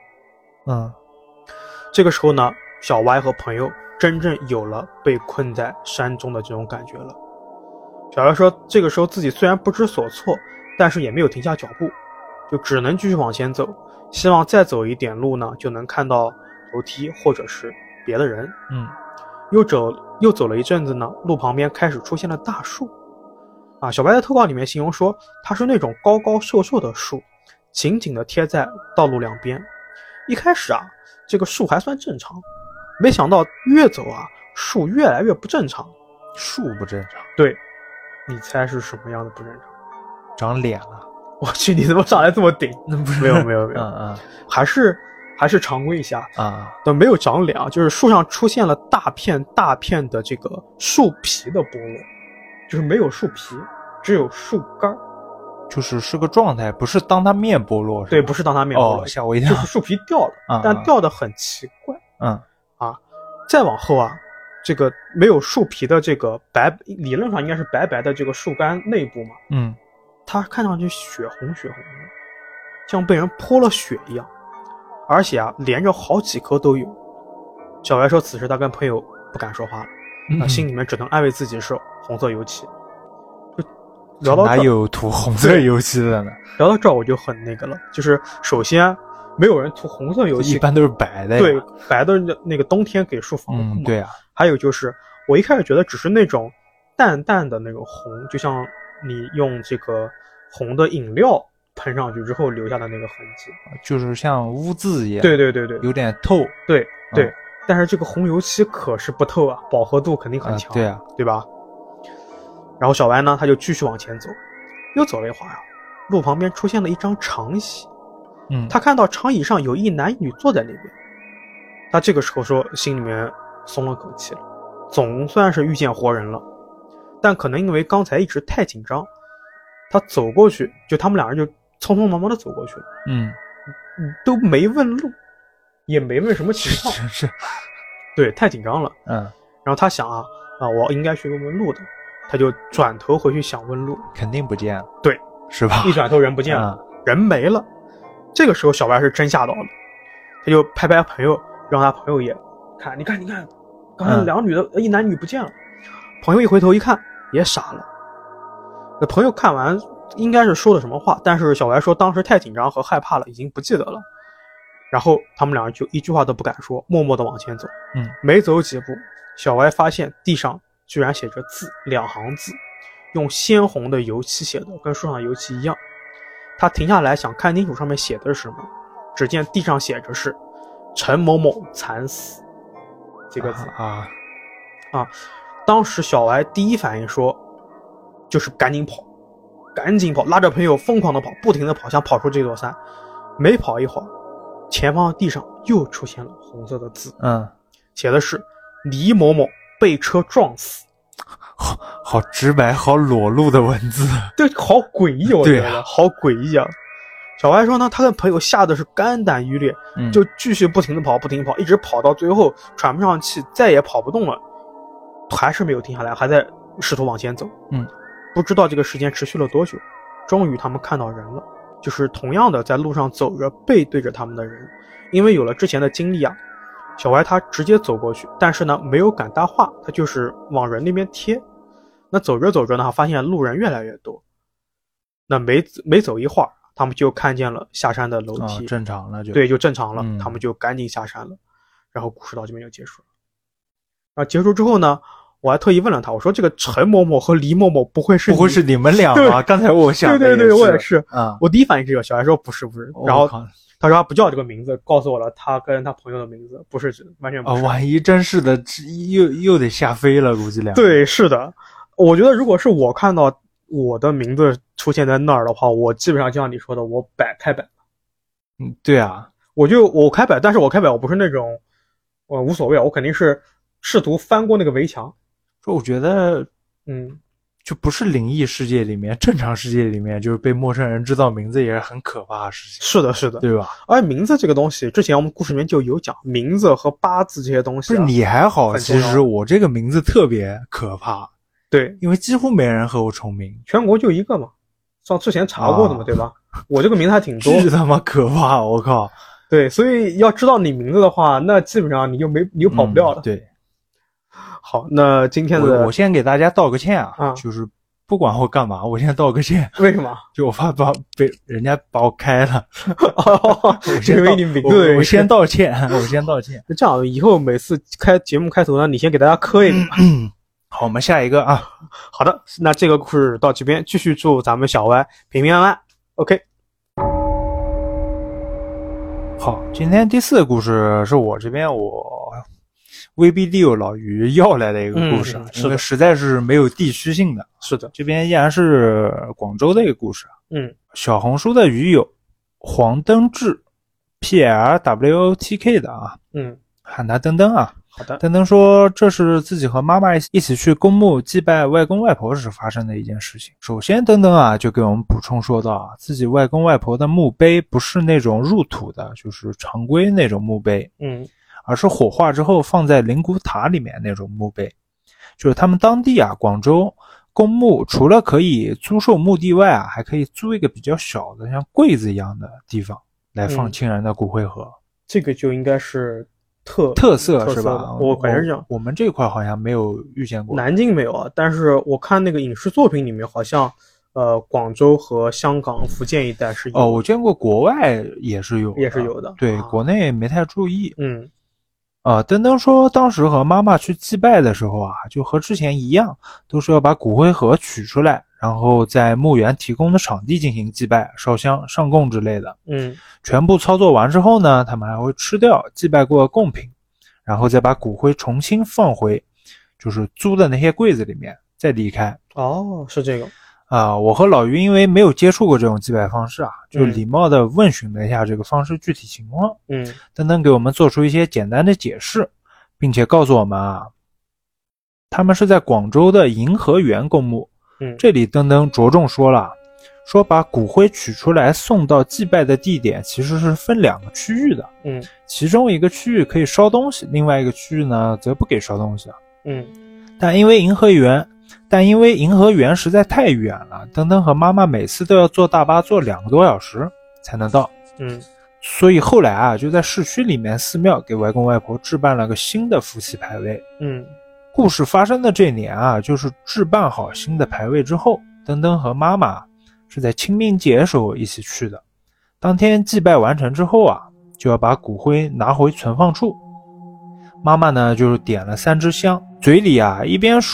这个时候呢，小歪和朋友真正有了被困在山中的这种感觉了。小歪说这个时候自己虽然不知所措，但是也没有停下脚步，就只能继续往前走，希望再走一点路呢就能看到楼梯或者是别的人。又走了一阵子呢，路旁边开始出现了大树啊。小白在特稿里面形容说它是那种高高瘦瘦的树，紧紧的贴在道路两边。一开始啊这个树还算正常，没想到越走啊树越来越不正常。 树不正常？ 对，你猜是什么样的不正常？ 长脸了。 我去，你怎么上来这么顶？ 那不是没有还是常规一下啊， 都没有长脸啊，就是树上出现了大片的这个树皮的剥落，就是没有树皮，只有树干， 就是个状态，不是当它面剥落。 对，不是当它面剥落， 吓我一跳， 就是树皮掉了，但掉的很奇怪。再往后啊，这个没有树皮的这个理论上应该是白白的这个树干内部嘛，它看上去血红的，像被人泼了血一样，而且啊连着好几颗都有。小白说此时他跟朋友不敢说话了，心里面只能安慰自己是红色油漆。就聊到这哪有涂红色油漆的呢？ 聊到这儿我就很那个了，就是首先没有人涂红色油漆， 一般都是白的呀。 对，白的那个冬天给树防护嘛。 对啊。 还有就是我一开始觉得只是那种淡淡的那种红，就像你用这个红的饮料喷上去之后留下的那个痕迹， 就是像污渍一样。 对， 有点透。 对，但是这个红油漆可是不透啊，饱和度肯定很强。 对啊， 对吧？然后小白呢，他就继续往前走，又走了一会儿啊，路旁边出现了一张长椅。他看到长椅上有一男一女坐在那边，他这个时候说心里面松了口气了，总算是遇见活人了。但可能因为刚才一直太紧张，他走过去，就他们两人就匆匆忙忙的走过去了。都没问路，也没问什么情况。 是， 对，太紧张了。然后他想我应该去问问路的，他就转头回去想问路， 肯定不见了。 对， 是吧？ 一转头人不见了，人没了。这个时候小白是真吓到了，他就拍拍朋友，让他朋友也看，你看，刚才两个女的，一男女不见了。朋友一回头一看，也傻了。那朋友看完应该是说了什么话，但是小白说当时太紧张和害怕了，已经不记得了。然后他们两人就一句话都不敢说，默默地往前走。没走几步，小白发现地上居然写着字，2行字，用鲜红的油漆写的，跟树上的油漆一样。他停下来想看清楚上面写的是什么，只见地上写着是陈某某惨死这个字。当时小白第一反应说就是赶紧跑，拉着朋友疯狂的跑，不停的跑，想跑出这座山。没跑一会儿，前方的地上又出现了红色的字，写的是李某某被车撞死。 好直白，好裸露的文字。 对，好诡异，我觉得好诡异啊。小白说呢，他跟朋友吓得是肝胆欲裂，就继续不停的跑，一直跑到最后喘不上气，再也跑不动了，还是没有停下来，还在试图往前走。不知道这个时间持续了多久，终于他们看到人了，就是同样的在路上走着背对着他们的人。因为有了之前的经历啊，小白他直接走过去，但是呢没有敢搭话，他就是往人那边贴。那走着走着呢，发现路人越来越多。那没走一会儿，他们就看见了下山的楼梯。 正常了就。 对，就正常了。他们就赶紧下山了。然后故事到这边就结束了。然后结束之后呢，我还特意问了他，我说这个陈某某和李某某不会是你们俩吗？刚才我想的对，我也是。我第一反应是这个，小孩说不是。然后他说他不叫这个名字，告诉我了他跟他朋友的名字，不是，完全不是。 万一真是的，又得吓飞了，估计俩。 对，是的。我觉得如果是我看到我的名字出现在那儿的话，我基本上就像你说的，我开摆。 对啊， 我开摆，但是我开摆我不是那种无所谓，我肯定是试图翻过那个围墙。 说我觉得就不是灵异世界里面，正常世界里面，就是被陌生人知道名字也是很可怕的事情。 是的， 对吧？ 而名字这个东西，之前我们故事里面就有讲，名字和八字这些东西。 不是你还好，其实我这个名字特别可怕。 对， 因为几乎没人和我重名， 全国就一个嘛，之前查过的嘛，对吧？我这个名字还挺多， 巨他妈可怕，我靠！ 对，所以要知道你名字的话，那基本上你就跑不掉了。 对， 好，那今天的我先给大家道个歉啊，就是不管我干嘛，我先道个歉。 为什么？ 就我怕被人家把我开了。 因为你名字， 我先道歉， 这样以后每次节目开头呢，你先给大家磕一个。 好，我们下一个啊。 好的，那这个故事到这边，继续祝咱们小歪平平安安。OK。 好，今天第4个故事是我这边威逼利诱老于要来的一个故事，因为实在是没有地区性的。 是的， 这边依然是广州的一个故事。小红书的鱼友黄登志 PLWOTK 的啊，喊他登登啊。 好的， 登登说这是自己和妈妈一起去公墓祭拜外公外婆时发生的一件事情。首先登登啊就给我们补充说到啊，自己外公外婆的墓碑不是那种入土的，就是常规那种墓碑，而是火化之后放在灵骨塔里面那种墓碑。就是他们当地啊，广州公墓除了可以租售墓地外啊，还可以租一个比较小的像柜子一样的地方来放亲人的骨灰盒。 这个就应该是特色是吧？ 我感觉是这样。 我们这块好像没有遇见过。 南京没有啊，但是我看那个影视作品里面好像广州和香港、福建一带是有的。 我见过国外也是有的， 对，国内没太注意。 登登说当时和妈妈去祭拜的时候啊，就和之前一样，都是要把骨灰盒取出来，然后在墓园提供的场地进行祭拜、烧香、上供之类的。全部操作完之后呢，他们还会吃掉祭拜过的贡品，然后再把骨灰重新放回就是租的那些柜子里面，再离开。 是这个。 我和老于因为没有接触过这种祭拜方式啊，就礼貌地问询了一下这个方式具体情况。登登给我们做出一些简单的解释，并且告诉我们啊，他们是在广州的颐和园公墓。这里登登着重说了，说把骨灰取出来送到祭拜的地点其实是分2个区域的。其中一个区域可以烧东西，另外一个区域呢则不给烧东西。但因为颐和园实在太远了，登登和妈妈每次都要坐大巴坐2个多小时才能到。所以后来啊，就在市区里面寺庙给外公外婆置办了个新的福气牌位。故事发生的这年啊，就是置办好新的牌位之后，登登和妈妈是在清明节时候一起去的。当天祭拜完成之后啊，就要把骨灰拿回存放处。妈妈呢就是点了3支香，嘴里啊一边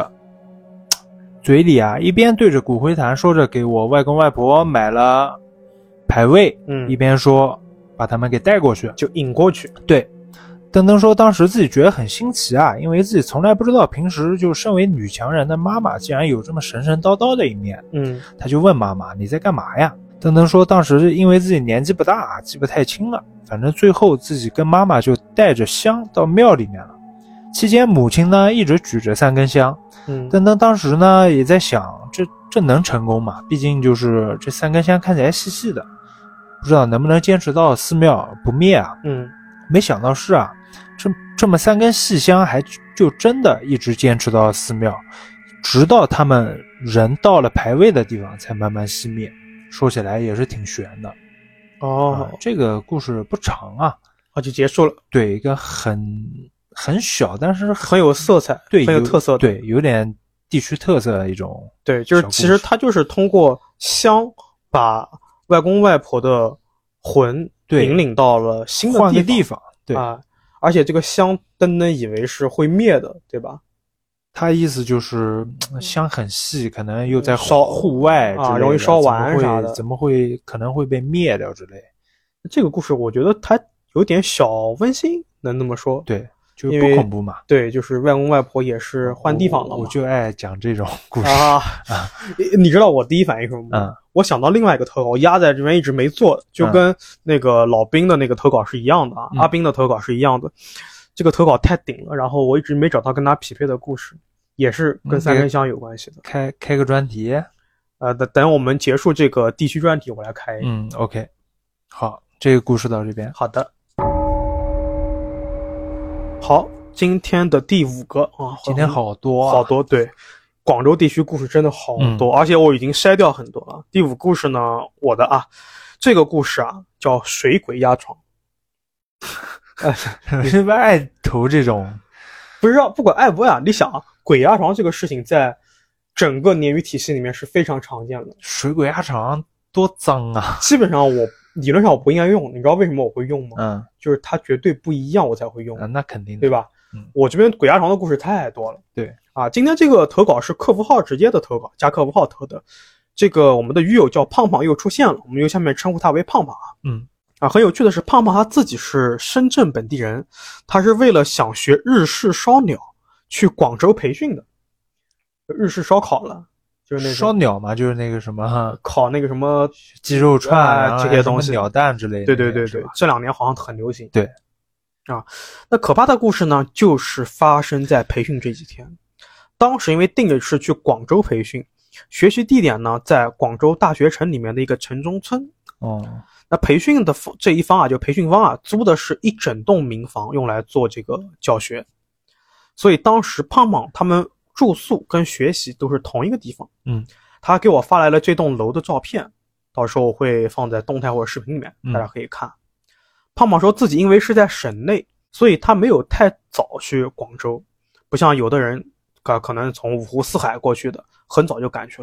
对着骨灰坛说着给我外公外婆买了牌位，一边说把他们给带过去， 就引过去。 对，登登说当时自己觉得很新奇啊，因为自己从来不知道平时就身为女强人的妈妈竟然有这么神神叨叨的一面。他就问妈妈你在干嘛呀？登登说当时因为自己年纪不大，记不太清了，反正最后自己跟妈妈就带着香到庙里面了。期间母亲呢一直举着3根香。登登当时呢也在想这能成功吗？毕竟就是这3根香看起来细细的，不知道能不能坚持到寺庙不灭啊。没想到是啊，这么3根细香还就真的一直坚持到寺庙，直到他们人到了牌位的地方才慢慢熄灭。说起来也是挺悬的。这个故事不长啊， 就结束了。 对，一个很小但是很有色彩， 对， 很有特色的， 对，有点地区特色的一种。 对，就是其实它就是通过香把外公外婆的魂引领到了新的换个地方。对而且这个香登登以为是会灭的，对吧？ 他意思就是香很细，可能又在户外容易烧完啥的， 怎么会可能会被灭掉之类。 这个故事我觉得它有点小温馨，能这么说。 对，就不恐怖嘛。 对，就是外公外婆也是换地方了嘛。 我就爱讲这种故事你知道我第一反应是什么吗？我想到另外一个投稿，我压在这边一直没做，就跟那个老兵的那个投稿是一样的阿兵的投稿是一样的。这个投稿太顶了，然后我一直没找到跟他匹配的故事，也是跟3根香有关系的。 开个专题。 等我们结束这个地区专题，我来开。 OK， 好，这个故事到这边。 好的。好，今天的第5个今天好多好多。对，广州地区故事真的好多，而且我已经筛掉很多了。第5个故事呢，我的这个故事叫水鬼压床。 你是不是爱投这种？ 不知道，不管爱不爱你想鬼压床这个事情在整个鲶鱼体系里面是非常常见的。 水鬼压床多脏啊！ 基本上理论上我不应该用，你知道为什么我会用吗？就是它绝对不一样我才会用。 那肯定的， 对吧？我这边鬼压床的故事太多了。 对今天这个投稿是客服号直接的投稿，加客服号投的。这个我们的鱼友叫胖胖又出现了，我们就下面称呼他为胖胖很有趣的是，胖胖他自己是深圳本地人，他是为了想学日式烧鸟去广州培训的。日式烧烤了，就是那个烧鸟嘛，就是那个什么烤那个什么鸡肉串这些东西， 鸟蛋之类的。 对，这2年好像很流行。 对那可怕的故事呢，就是发生在培训这几天。当时因为定的是去广州培训，学习地点呢在广州大学城里面的一个城中村。那培训的这一方就培训方租的是一整栋民房用来做这个教学，所以当时胖胖他们住宿跟学习都是同一个地方。他给我发来了这栋楼的照片，到时候我会放在动态或者视频里面，大家可以看。胖胖说自己因为是在省内，所以他没有太早去广州，不像有的人可能从五湖四海过去的，很早就赶去了。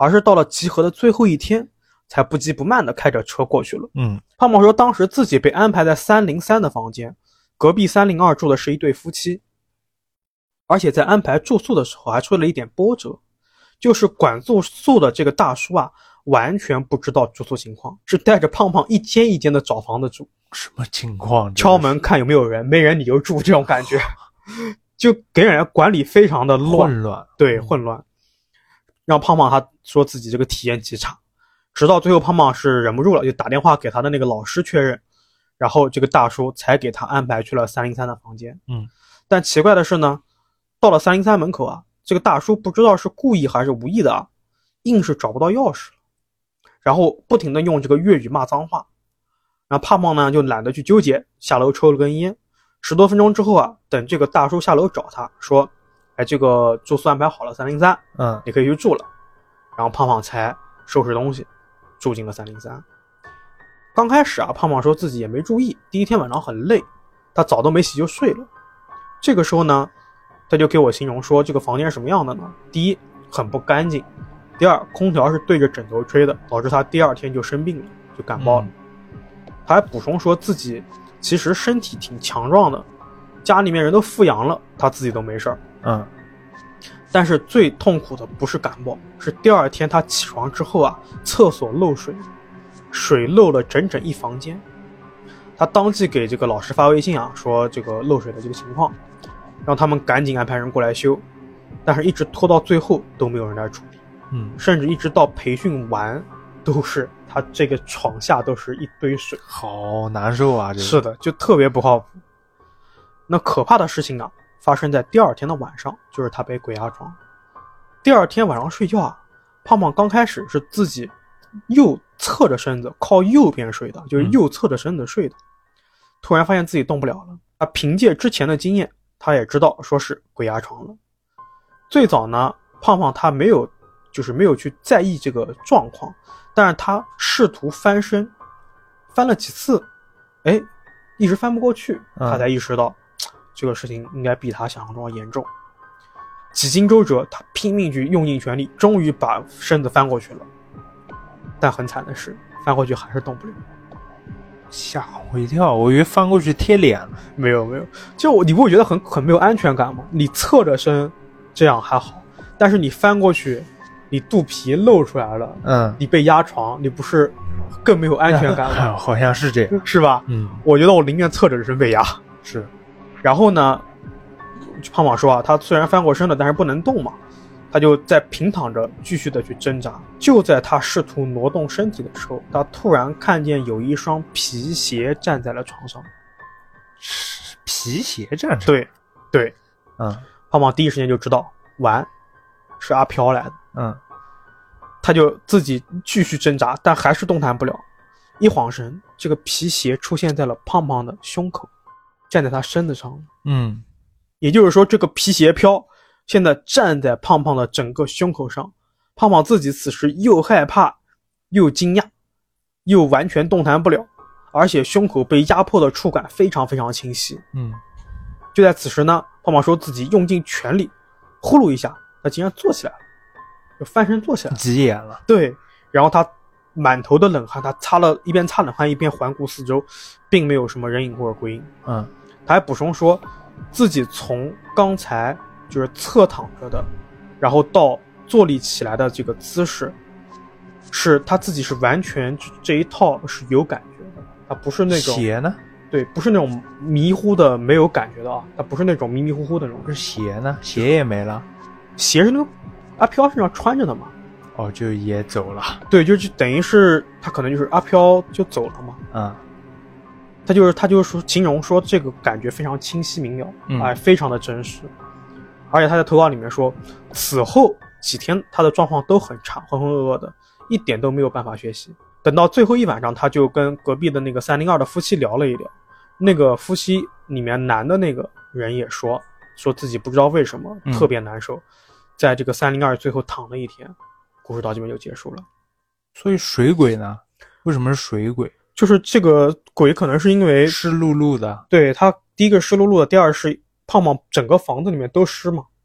而是到了集合的最后一天才不急不慢地开着车过去了。胖胖说当时自己被安排在303的房间，隔壁302住的是一对夫妻，而且在安排住宿的时候还出了一点波折，就是管住宿的这个大叔啊完全不知道住宿情况，是带着胖胖一间一间的找房子住。 什么情况？ 敲门看有没有人，没人你就住，这种感觉就给人管理非常的混乱。 对，混乱，让胖胖他说自己这个体验极差，直到最后胖胖是忍不住了，就打电话给他的那个老师确认，然后这个大叔才给他安排去了303的房间。但奇怪的是呢，到了303门口啊，这个大叔不知道是故意还是无意的啊，硬是找不到钥匙了，然后不停的用这个粤语骂脏话。然后胖胖呢就懒得去纠结，下楼抽了根烟。10多分钟之后啊，等这个大叔下楼找他说，哎，这个住宿安排好了303，你可以去住了。然后胖胖才收拾东西住进了303。刚开始啊，胖胖说自己也没注意，第一天晚上很累，他澡都没洗就睡了。这个时候呢，他就给我形容说这个房间是什么样的呢？第一，很不干净；第二，空调是对着枕头吹的，导致他第二天就生病了，就感冒了。他还补充说自己其实身体挺强壮的，家里面人都复阳了，他自己都没事儿。但是最痛苦的不是感冒，是第二天他起床之后啊，厕所漏水，水漏了整整一房间。他当即给这个老师发微信啊，说这个漏水的这个情况，让他们赶紧安排人过来修。但是一直拖到最后都没有人来处理。甚至一直到培训完，都是他这个床下都是一堆水， 好难受啊！ 是的，就特别不靠谱。那可怕的事情啊，发生在第二天的晚上，就是他被鬼压床。第二天晚上睡觉啊，胖胖刚开始是自己右侧着身子靠右边睡的，就是右侧着身子睡的。突然发现自己动不了了，他凭借之前的经验，他也知道说是鬼压床了。最早呢，胖胖他没有去在意这个状况，但是他试图翻身，翻了几次，一直翻不过去，他才意识到这个事情应该比他想象中要严重。几经周折，他拼命去用尽全力，终于把身子翻过去了。但很惨的是，翻过去还是动不了。 吓我一跳，我以为翻过去贴脸了。 没有，就你不会觉得很没有安全感吗？你侧着身这样还好，但是你翻过去，你肚皮露出来了，你被压床，你不是更没有安全感吗？ 好像是这样， 是吧？我觉得我宁愿侧着身被压。 是。 然后呢，胖胖说啊，他虽然翻过身了，但是不能动嘛，他就在平躺着继续的去挣扎。就在他试图挪动身体的时候，他突然看见有一双皮鞋站在了床上。 皮鞋站着？ 对，胖胖第一时间就知道完是阿飘来的。他就自己继续挣扎，但还是动弹不了。一晃神，这个皮鞋出现在了胖胖的胸口，站在他身子上。也就是说，这个皮鞋飘现在站在胖胖的整个胸口上。胖胖自己此时又害怕又惊讶，又完全动弹不了，而且胸口被压迫的触感非常非常清晰。就在此时呢，胖胖说自己用尽全力，呼噜一下，他竟然坐起来了，就翻身坐起来了， 急眼了。 对，然后他满头的冷汗，他一边擦冷汗一边环顾四周，并没有什么人影或者鬼影。他还补充说自己从刚才就是侧躺着的，然后到坐立起来的这个姿势，是他自己是完全这一套是有感觉的，他不是那种鞋呢？ 对，不是那种迷糊的没有感觉的啊，他不是那种迷迷糊糊的那种。 是鞋呢？鞋也没了。鞋是那个阿飘身上穿着的嘛？ 就也走了。 对，就等于是他可能就是阿飘就走了嘛。他就是说形容说这个感觉非常清晰明了，非常的真实。而且他在投稿里面说，此后几天他的状况都很差，浑浑噩噩的，一点都没有办法学习。等到最后一晚上，他就跟隔壁的那个302的夫妻聊了一聊，那个夫妻里面男的那个人也说自己不知道为什么特别难受，在这个302最后躺了一天。故事到这边就结束了。 所以水鬼呢？为什么是水鬼？ 就是这个鬼可能是因为湿漉漉的。 对，他第一个湿漉漉的，第二是胖胖整个房子里面都湿嘛，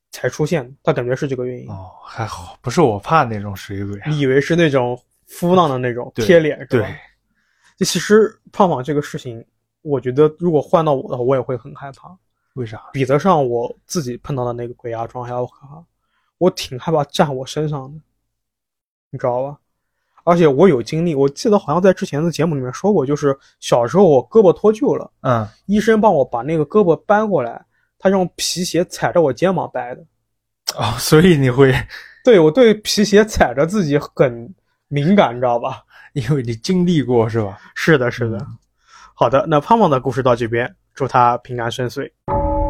才出现，他感觉是这个原因。 哦，还好不是我怕那种水鬼， 你以为是那种敷浪的那种贴脸是吧？ 对， 其实胖胖这个事情，我觉得如果换到我的话，我也会很害怕。 为啥？ 比得上我自己碰到的那个鬼压床还要可怕。我挺害怕站我身上的，你知道吧？而且我有经历，我记得好像在之前的节目里面说过，就是小时候我胳膊脱臼了，医生帮我把那个胳膊搬过来，他用皮鞋踩着我肩膀掰的。 哦，所以你会？ 对，我对皮鞋踩着自己很敏感，你知道吧？ 因为你经历过是吧？ 是的，是的。好的，那胖胖的故事到这边，祝他平安顺遂。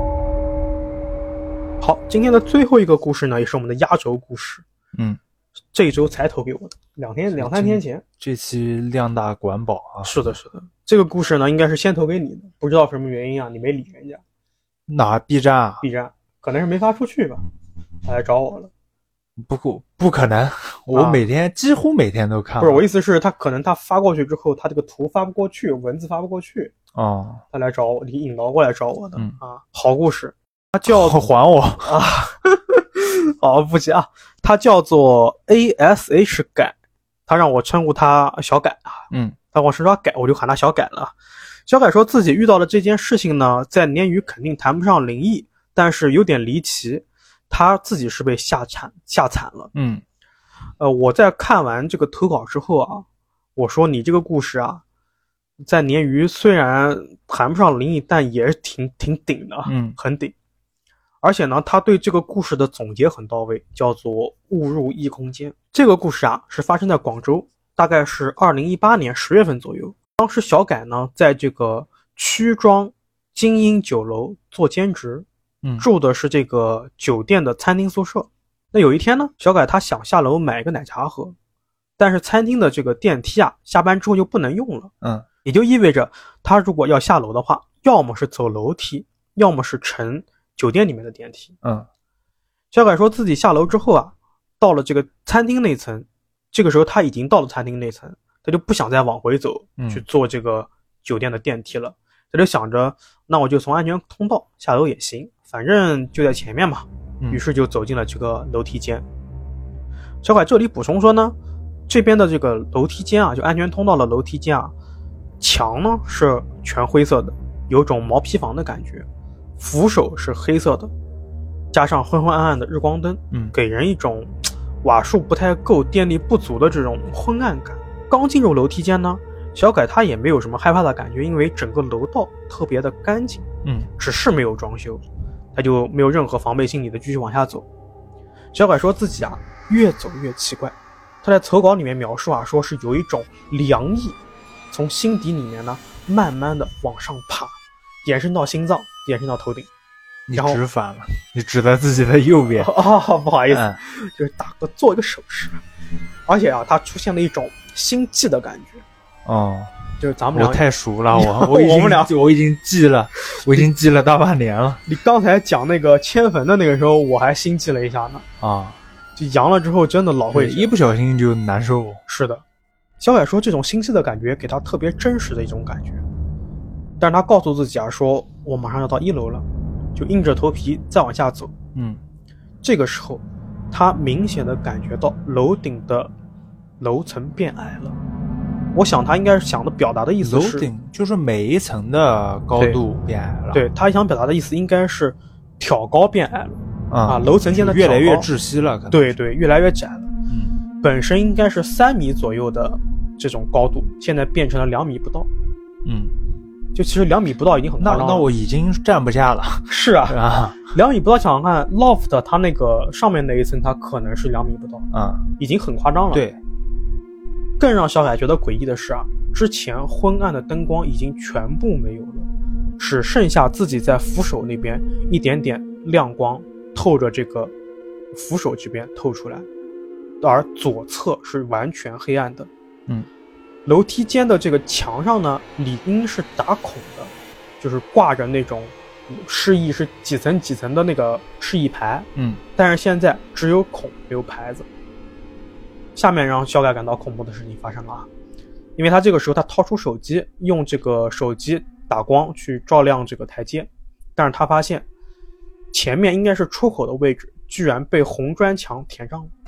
好，今天的最后一个故事呢，也是我们的压轴故事。这一周才投给我的，两三天前。 这期量大管饱啊。 是的，是的。这个故事呢，应该是先投给你的，不知道什么原因啊，你没理人家。 哪 B 站啊 ？B 站可能是没发出去吧，他来找我了。 不可能，我几乎每天都看。 不是，我意思是他可能他发过去之后，他这个图发不过去，文字发不过去。他来找我，引导过来找我的。好故事。他叫还我啊，好不急啊，他叫做 ASH 改，他让我称呼他小改啊。他我是说改，我就喊他小改了。小改说自己遇到的这件事情呢，在鲶鱼肯定谈不上灵异，但是有点离奇。他自己是被吓惨了。我在看完这个投稿之后啊，我说你这个故事啊，在鲶鱼虽然谈不上灵异，但也是挺顶的，很顶。而且呢，他对这个故事的总结很到位，叫做误入异空间。这个故事啊，是发生在广州，大概是2018年10月份左右。当时小改呢，在这个曲庄精英酒楼做兼职。住的是这个酒店的餐厅宿舍。那有一天呢，小改他想下楼买一个奶茶喝，但是餐厅的这个电梯啊，下班之后就不能用了。也就意味着他如果要下楼的话，要么是走楼梯，要么是乘酒店里面的电梯。小改说自己下楼之后啊，到了这个餐厅那层，这个时候他已经到了餐厅那层，他就不想再往回走，去坐这个酒店的电梯了。他就想着，那我就从安全通道下楼也行。反正就在前面嘛，于是就走进了这个楼梯间。小改这里补充说呢，这边的这个楼梯间啊，就安全通道的楼梯间啊，墙呢是全灰色的，有种毛坯房的感觉，扶手是黑色的，加上昏昏暗暗的日光灯，给人一种瓦数不太够、电力不足的这种昏暗感。刚进入楼梯间呢，小改他也没有什么害怕的感觉，因为整个楼道特别的干净，只是没有装修。他就没有任何防备心理的继续往下走。小改说自己啊越走越奇怪，他在投稿里面描述啊，说是有一种凉意从心底里面呢慢慢的往上爬，延伸到心脏，延伸到头顶。 你指反了，你指在自己的右边。 不好意思，就是做一个手势。而且啊，他出现了一种心悸的感觉。就是咱们俩我太熟了，我已经记了大半年了。 你刚才讲那个迁坟的那个时候，我还心悸了一下呢。就阳了之后真的老会一不小心就难受。 是的，小改说这种心悸的感觉给他特别真实的一种感觉。但是他告诉自己啊，说我马上要到1楼了，就硬着头皮再往下走。这个时候他明显的感觉到楼顶的楼层变矮了。我想他应该是想的表达的意思是， 楼顶就是每一层的高度变矮了。 对，他想表达的意思应该是挑高变矮了。楼层间的越来越窒息了。 对，越来越窄了。本身应该是3米左右的这种高度，现在变成了2米不到。就其实2米不到已经很夸张了。 那我已经站不下了。 是啊，2米不到，想想看 ，loft 它那个上面那一层，它可能是2米不到。已经很夸张了。 对。 更让小改觉得诡异的是啊，之前昏暗的灯光已经全部没有了，只剩下自己在扶手那边一点点亮光透着这个扶手这边透出来，而左侧是完全黑暗的。楼梯间的这个墙上呢，理应是打孔的，就是挂着那种示意是几层几层的那个示意牌。但是现在只有孔没有牌子。下面让小改感到恐怖的事情发生了，因为他这个时候他掏出手机，用这个手机打光去照亮这个台阶，但是他发现前面应该是出口的位置，居然被红砖墙填上了。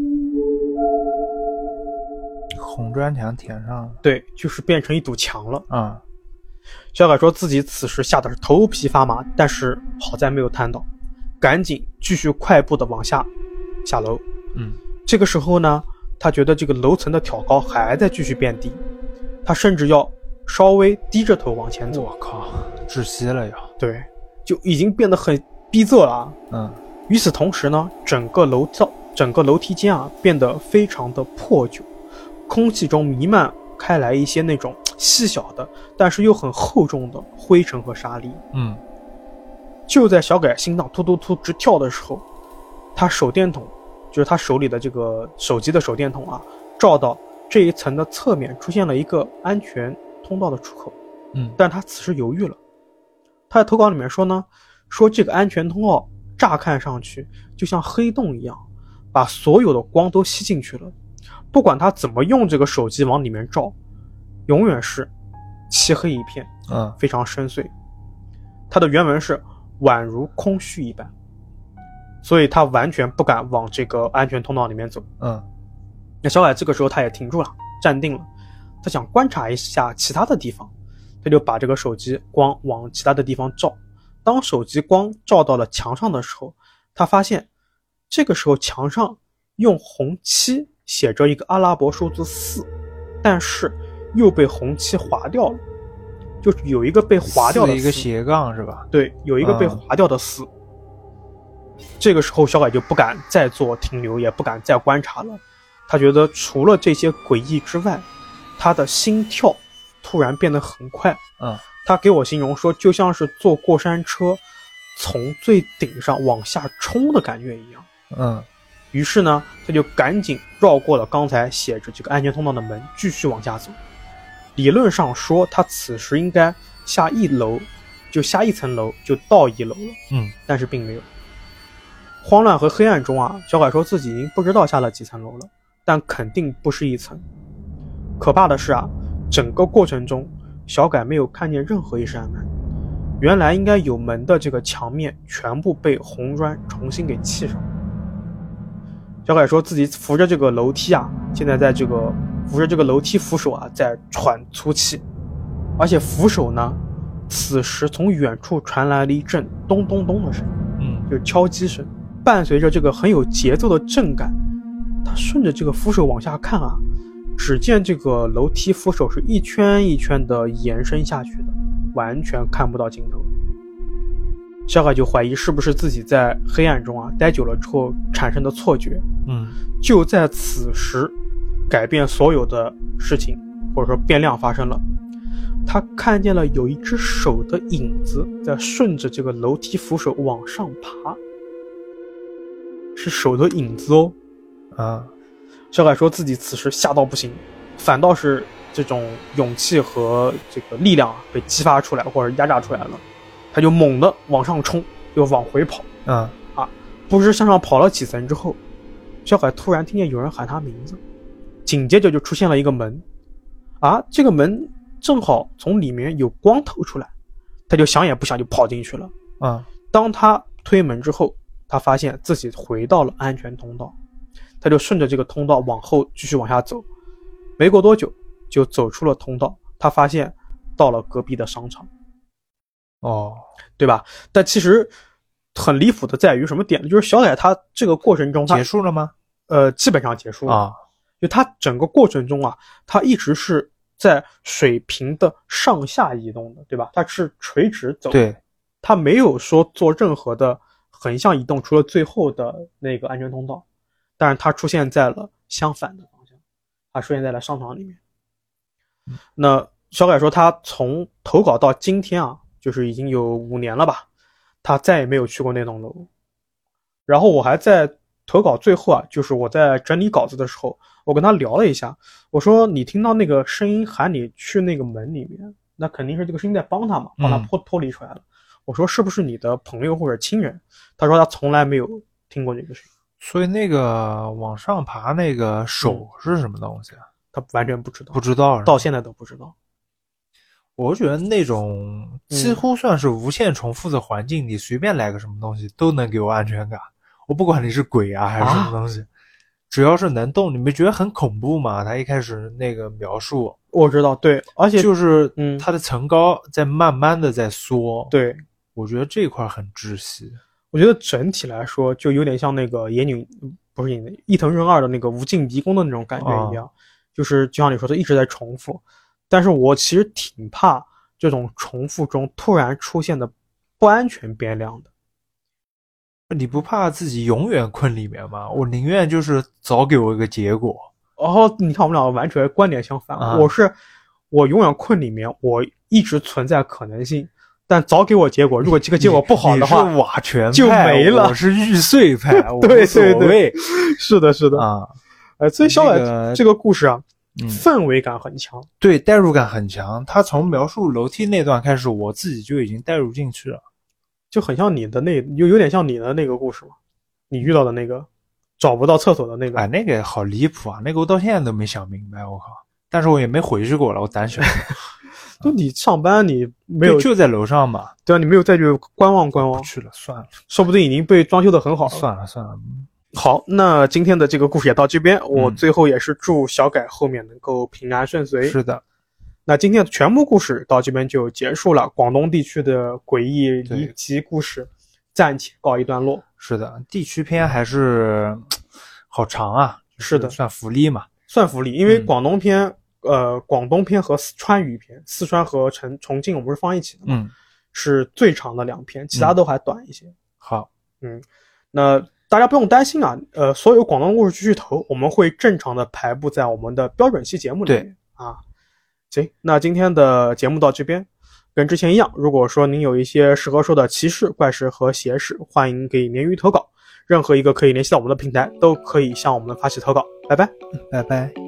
红砖墙填上了？ 对，就是变成一堵墙了。 小凯说自己此时吓得是头皮发麻，但是好在没有瘫倒，赶紧继续快步的往下楼。这个时候呢，他觉得这个楼层的挑高还在继续变低，他甚至要稍微低着头往前走。 我靠，窒息了呀！ 对，就已经变得很逼仄了。与此同时呢，整个楼梯间啊变得非常的破旧，空气中弥漫开来一些那种细小的但是又很厚重的灰尘和沙粒。就在小凯心脏突突突直跳的时候，他手电筒，就是他手里的这个手机的手电筒啊，照到这一层的侧面出现了一个安全通道的出口。但他此时犹豫了。他在投稿里面说呢，说这个安全通道乍看上去就像黑洞一样，把所有的光都吸进去了，不管他怎么用这个手机往里面照，永远是漆黑一片，非常深邃。他的原文是宛如空虚一般，所以他完全不敢往这个安全通道里面走。那小凯这个时候他也停住了，站定了，他想观察一下其他的地方，他就把这个手机光往其他的地方照。当手机光照到了墙上的时候，他发现这个时候墙上用红漆写着一个阿拉伯数字4，但是又被红漆划掉了，就是有一个被划掉的4， 一个斜杠是吧？ 对，有一个被划掉的4。这个时候小凯就不敢再做停留，也不敢再观察了。他觉得除了这些诡异之外，他的心跳突然变得很快。他给我形容说，就像是坐过山车从最顶上往下冲的感觉一样。于是呢，他就赶紧绕过了刚才写着这个安全通道的门，继续往下走。理论上说，他此时应该下一层楼就到1楼了。但是并没有。慌乱和黑暗中啊，小凯说自己已经不知道下了几层楼了，但肯定不是1层。可怕的是啊，整个过程中小凯没有看见任何一扇门，原来应该有门的这个墙面全部被红砖重新给砌上。小凯说自己扶着这个楼梯啊，现在在扶着这个楼梯扶手啊，在喘粗气，而且扶手呢，此时从远处传来了一阵咚咚咚的声音，就是敲击声，伴随着这个很有节奏的震感。他顺着这个扶手往下看啊，只见这个楼梯扶手是一圈一圈的延伸下去的，完全看不到尽头。小凯就怀疑是不是自己在黑暗中啊待久了之后产生的错觉。就在此时，改变所有的事情或者说变量发生了。他看见了有一只手的影子在顺着这个楼梯扶手往上爬，是手的影子哦。小凯说自己此时吓到不行，反倒是这种勇气和这个力量被激发出来或者压榨出来了。他就猛地往上冲，又往回跑。不知向上跑了几层之后，小凯突然听见有人喊他名字，紧接着就出现了一个门。这个门正好从里面有光透出来，他就想也不想就跑进去了。当他推门之后，他发现自己回到了安全通道，他就顺着这个通道往后继续往下走。没过多久就走出了通道，他发现到了隔壁的商场。对吧？但其实很离谱的在于什么点呢？就是小凯他这个过程中结束了吗？ 基本上结束了。就他整个过程中啊，他一直是在水平的上下移动的，对吧？他是垂直走， 对， 他没有说做任何的横向移动，除了最后的那个安全通道。但是他出现在了相反的方向，他出现在了商场里面。那小凯说他从投稿到今天啊，就是已经有5年了吧，他再也没有去过那栋楼。然后我还在投稿最后啊，就是我在整理稿子的时候，我跟他聊了一下，我说你听到那个声音喊你去那个门里面，那肯定是这个声音在帮他嘛，帮他脱离出来了。我说是不是你的朋友或者亲人？他说他从来没有听过这个声音。 所以那个往上爬那个手是什么东西啊？ 他完全不知道， 不知道， 到现在都不知道。 我觉得那种几乎算是无限重复的环境，你随便来个什么东西都能给我安全感。我不管你是鬼啊还是什么东西，只要是能动，你们觉得很恐怖吗？他一开始那个描述， 我知道，对，而且就是它的层高在慢慢的在缩， 对， 我觉得这块很窒息。 我觉得整体来说就有点像那个不是伊藤润二的那个无尽迷宫的那种感觉一样，就是就像你说的一直在重复。但是我其实挺怕这种重复中突然出现的不安全变量的。 你不怕自己永远困里面吗？我宁愿就是早给我一个结果。 你看我们两个完全观点相反，我永远困里面，我一直存在可能性，但早给我结果，如果这个结果不好的话， 你是瓦全派就没了。 我是玉碎派， 对对对， 是的啊。所以小柏这个故事啊，氛围感很强， 对，代入感很强。他从描述楼梯那段开始，我自己就已经代入进去了， 就很像你的有点像你的那个故事嘛，你遇到的那个找不到厕所的那个。 那个好离谱啊！那个我到现在都没想明白，我靠！但是我也没回去过了，我胆小。 就你上班你没有就在楼上嘛？ 对啊，你没有再去观望。 不去了，算了， 说不定已经被装修的很好了。 算了。 好，那今天的这个故事也到这边，我最后也是祝小改后面能够平安顺遂。 是的， 那今天的全部故事到这边就结束了，广东地区的诡异离奇故事暂且告一段落。 是的，地区篇还是好长啊。 是的， 算福利嘛？ 算福利，因为广东篇广东篇和川渝篇，四川和重庆我们是放一起的嘛，是最长的2篇，其他都还短一些。 好， 那大家不用担心啊，所有广东故事继续投，我们会正常的排布在我们的标准期节目里面啊。行，那今天的节目到这边，跟之前一样，如果说您有一些适合说的奇事、怪事和邪事，欢迎给鲶鱼投稿，任何一个可以联系到我们的平台都可以向我们发起投稿。拜拜， 拜拜。